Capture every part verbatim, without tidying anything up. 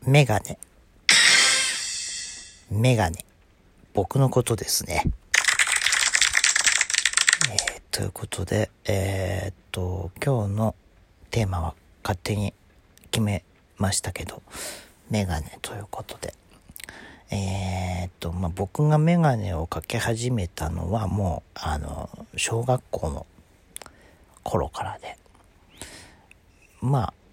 メガネ。メガネ。僕のことですね。えー、ということで、えー、っと、今日のテーマは勝手に決めましたけど、メガネということで。えー、っと、まあ、僕がメガネをかけ始めたのはもう、あの、小学校の頃からで、まあ、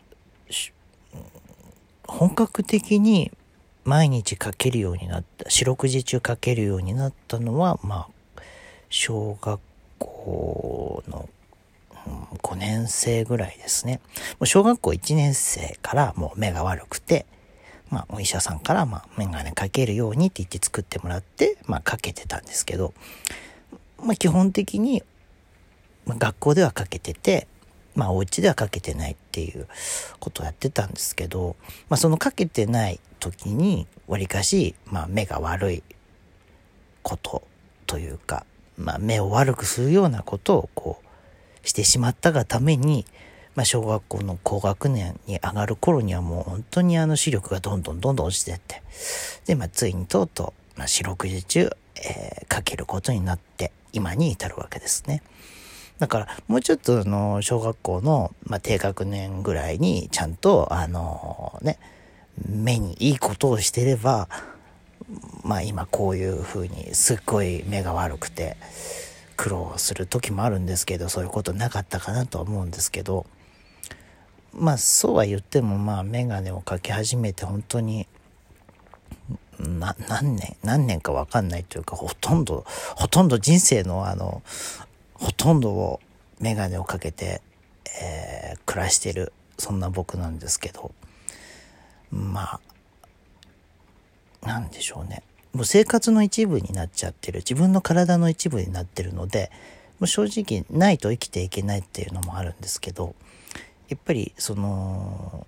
本格的に毎日かけるようになった、四六時中かけるようになったのは、まあ、小学校の、うん、ごねん生ぐらいですね。もう小学校いちねん生からもう目が悪くて、まあ、お医者さんから、まあ、メガネかけるようにって言って作ってもらって、まあ、かけてたんですけど、まあ、基本的に、まあ、学校ではかけてて、まあお家ではかけてないっていうことをやってたんですけど、まあそのかけてない時にわりかし、まあ目が悪いことというか、まあ目を悪くするようなことをこうしてしまったがために、まあ小学校の高学年に上がる頃にはもう本当にあの視力がどんどんどんどん落ちてって、でまあついにとうとう、まあ、四六時中、えー、かけることになって今に至るわけですね。だからもうちょっとあの小学校の、まあ、低学年ぐらいにちゃんとあのね目にいいことをしてれば、まあ今こういう風にすっごい目が悪くて苦労する時もあるんですけど、そういうことなかったかなとは思うんですけど、まあそうは言ってもまあメガネをかけ始めて本当にな何年何年か分かんないというか、ほとんどほとんど人生のあのほとんどをメガネをかけて、えー、暮らしてる、そんな僕なんですけど、まあなんでしょうね、もう生活の一部になっちゃってる、自分の体の一部になってるので、もう正直ないと生きていけないっていうのもあるんですけど、やっぱりその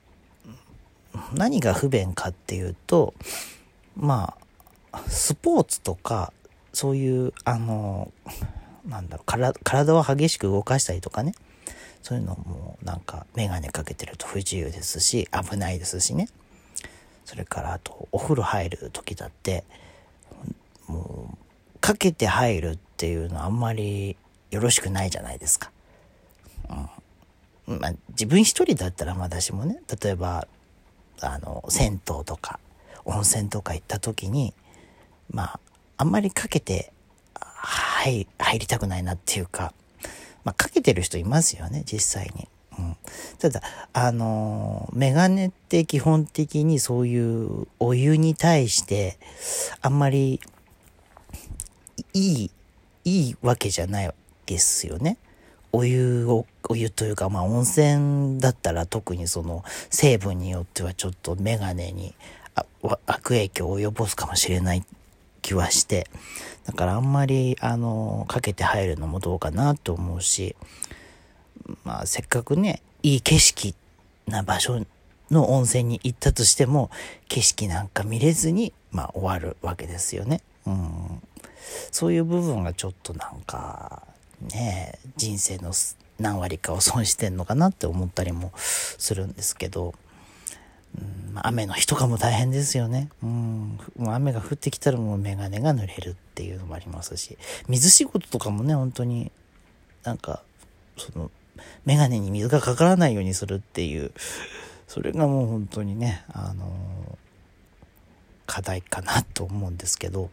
何が不便かっていうと、まあスポーツとかそういうあのなんだろう、体、体を激しく動かしたりとかね、そういうのもなんかメガネかけてると不自由ですし危ないですしね。それからあとお風呂入る時だってもうかけて入るっていうのはあんまりよろしくないじゃないですか。うん、まあ自分一人だったらまだしもね、例えばあの銭湯とか温泉とか行った時にまああんまりかけて入, 入りたくないなっていうか、まあ、かけてる人いますよね実際に、うん、ただあのメガネって基本的にそういうお湯に対してあんまりいいいいわけじゃないですよね。お湯をお湯というか、まあ温泉だったら特にその成分によってはちょっとメガネに悪影響を及ぼすかもしれない気はして、だからあんまりあのかけて入るのもどうかなと思うし、まあせっかくねいい景色な場所の温泉に行ったとしても景色なんか見れずにまあ終わるわけですよね。うん、そういう部分がちょっとなんかね人生の何割かを損してんのかなって思ったりもするんですけど、うん、雨の日とかも大変ですよね。うん、もう雨が降ってきたらもうメガネが濡れるっていうのもありますし、水仕事とかもね本当になんかそのメガネに水がかからないようにするっていう、それがもう本当にねあの課題かなと思うんですけど、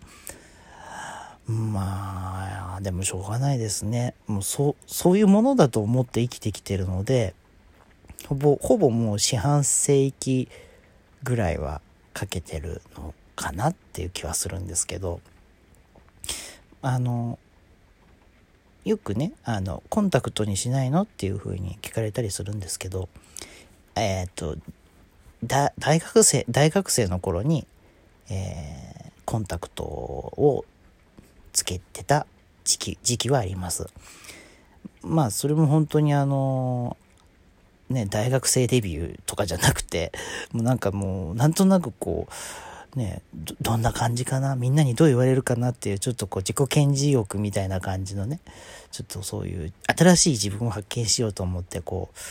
まあでもしょうがないですね。もうそうそういうものだと思って生きてきてるので、ほぼほぼもう四半世紀ぐらいはかけてるのかなっていう気はするんですけど、あのよくねあのコンタクトにしないのっていう風に聞かれたりするんですけど、えっとだ大学生大学生の頃に、えー、コンタクトをつけてた時期時期はあります。まあそれも本当にあのね、大学生デビューとかじゃなくて、もうなんかもうなんとなくこうね ど, どんな感じかな、みんなにどう言われるかなっていうちょっとこう自己顕示欲みたいな感じのね、ちょっとそういう新しい自分を発見しようと思ってこう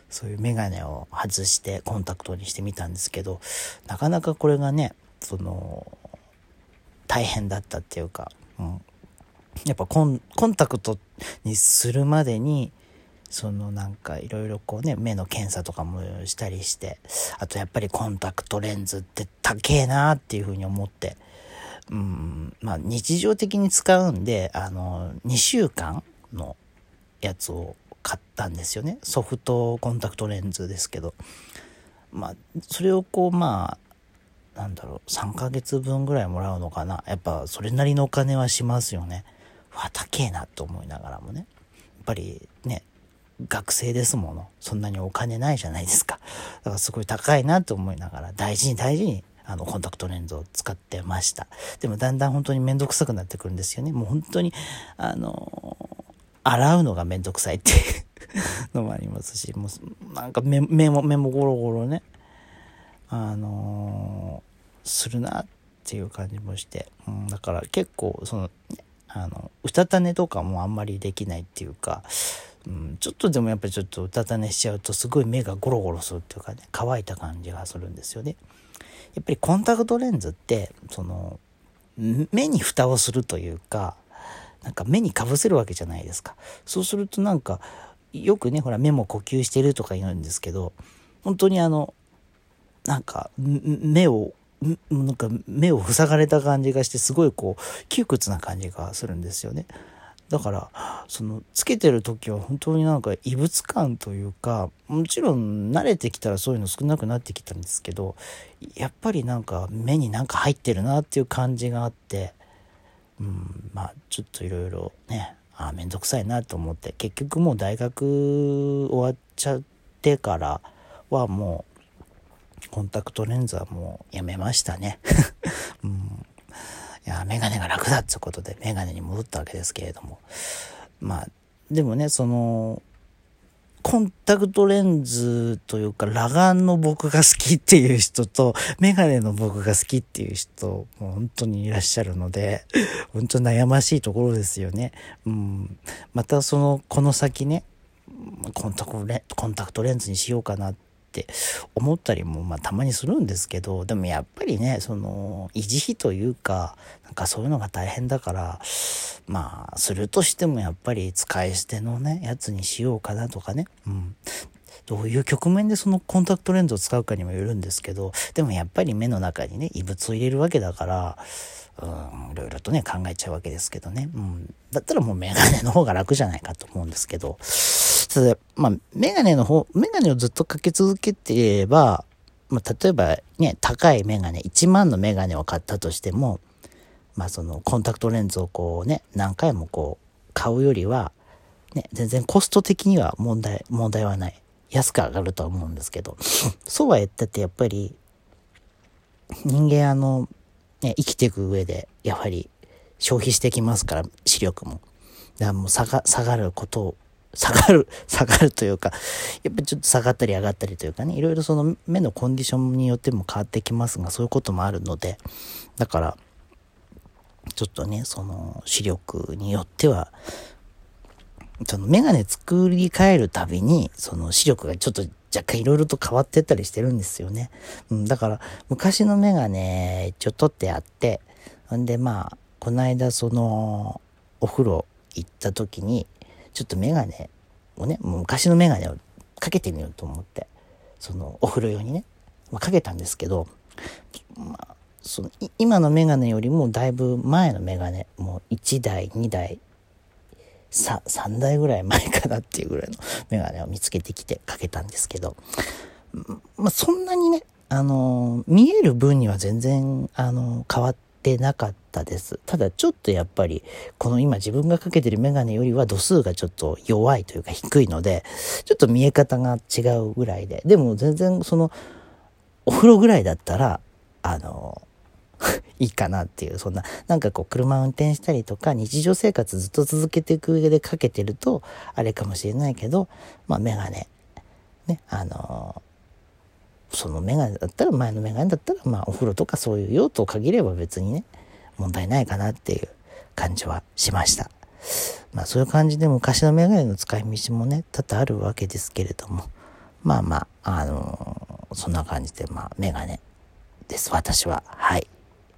そういうメガネを外してコンタクトにしてみたんですけど、なかなかこれがね、その大変だったっていうか、うん、やっぱコン、コンタクトにするまでにそのなんかいろいろこうね、目の検査とかもしたりして、あとやっぱりコンタクトレンズって高えなっていうふうに思って、うん、まあ日常的に使うんで、あのにしゅうかんのやつを買ったんですよね。ソフトコンタクトレンズですけど、まあそれをこうまあなんだろうさんかげつぶんぐらいもらうのかな。やっぱそれなりのお金はしますよね。わ高えなと思いながらもね、やっぱりね学生ですもの、そんなにお金ないじゃないですか。だからすごい高いなと思いながら大事に大事にあのコンタクトレンズを使ってました。でもだんだん本当にめんどくさくなってくるんですよね。もう本当にあの洗うのがめんどくさいっていうのもありますし、もうなんか 目, 目も目もゴロゴロね、あのー、するなっていう感じもして、うん、だから結構そのあのうたた寝とかもあんまりできないっていうか、うん、ちょっとでもやっぱりちょっとうたた寝しちゃうとすごい目がゴロゴロするっていうかね、乾いた感じがするんですよね。やっぱりコンタクトレンズってその目に蓋をするというか、なんか目にかぶせるわけじゃないですか。そうするとなんかよくねほら目も呼吸してるとか言うんですけど、本当にあのなんか目をなんか目を塞がれた感じがして、すごいこう窮屈な感じがするんですよね。だからそのつけてる時は本当になんか異物感というか、もちろん慣れてきたらそういうの少なくなってきたんですけど、やっぱりなんか目になんか入ってるなっていう感じがあって、うん、まあちょっといろいろね、あめんどくさいなと思って、結局もう大学終わっちゃってからはもうコンタクトレンズはもうやめましたね、うん、いやメガネが楽だってことでメガネに戻ったわけですけれども、まあでもねそのコンタクトレンズというか裸眼の僕が好きっていう人とメガネの僕が好きっていう人も本当にいらっしゃるので、本当に悩ましいところですよね。うん、またそのこの先ねコンタクトレン、コンタクトレンズにしようかなって思ったりもまあたまにするんですけど、でもやっぱりねその維持費というかなんかそういうのが大変だから、まあするとしてもやっぱり使い捨てのねやつにしようかなとかね、うん、どういう局面でそのコンタクトレンズを使うかにもよるんですけど、でもやっぱり目の中にね異物を入れるわけだから、うん、いろいろとね考えちゃうわけですけどね、うん、だったらもうメガネの方が楽じゃないかと思うんですけど、ただまあメガネの方メガネをずっとかけ続けていれば、まあ、例えばね高いメガネいちまんのメガネを買ったとしても、まあそのコンタクトレンズをこうね何回もこう買うよりはね全然コスト的には問題問題はない、安く上がるとは思うんですけど、そうは言ったってやっぱり人間あのね生きていく上でやはり消費してきますから、視力もだからもう下が下がることを下がる下がるというか、やっぱりちょっと下がったり上がったりというかね、いろいろその目のコンディションによっても変わってきますが、そういうこともあるので、だからちょっとねその視力によってはそのメガネ作り変えるたびにその視力がちょっと若干いろいろと変わってったりしてるんですよね、うん、だから昔のメガネ一応取ってあって、んでまあこの間そのお風呂行った時にちょっとメガネをねもう昔のメガネをかけてみようと思って、そのお風呂用にね、まあ、かけたんですけど、まあその今のメガネよりもだいぶ前のメガネ、もういちだいにだいさんだいぐらい前かなっていうぐらいのメガネを見つけてきてかけたんですけど、まあそんなにねあの見える分には全然あの変わってなかったです。ただちょっとやっぱりこの今自分がかけてるメガネよりは度数がちょっと弱いというか低いので、ちょっと見え方が違うぐらいで、でも全然そのお風呂ぐらいだったらあのいいかなっていう、そんななんかこう車運転したりとか日常生活ずっと続けていく上でかけてるとあれかもしれないけど、まあメガネねあのそのメガネだったら前のメガネだったらまあお風呂とかそういう用途を限れば別にね問題ないかなっていう感じはしました。まあそういう感じで昔のメガネの使い道もね多々あるわけですけれども、 まあまあ、あのーそんな感じで、まあ、メガネです、私は。はい。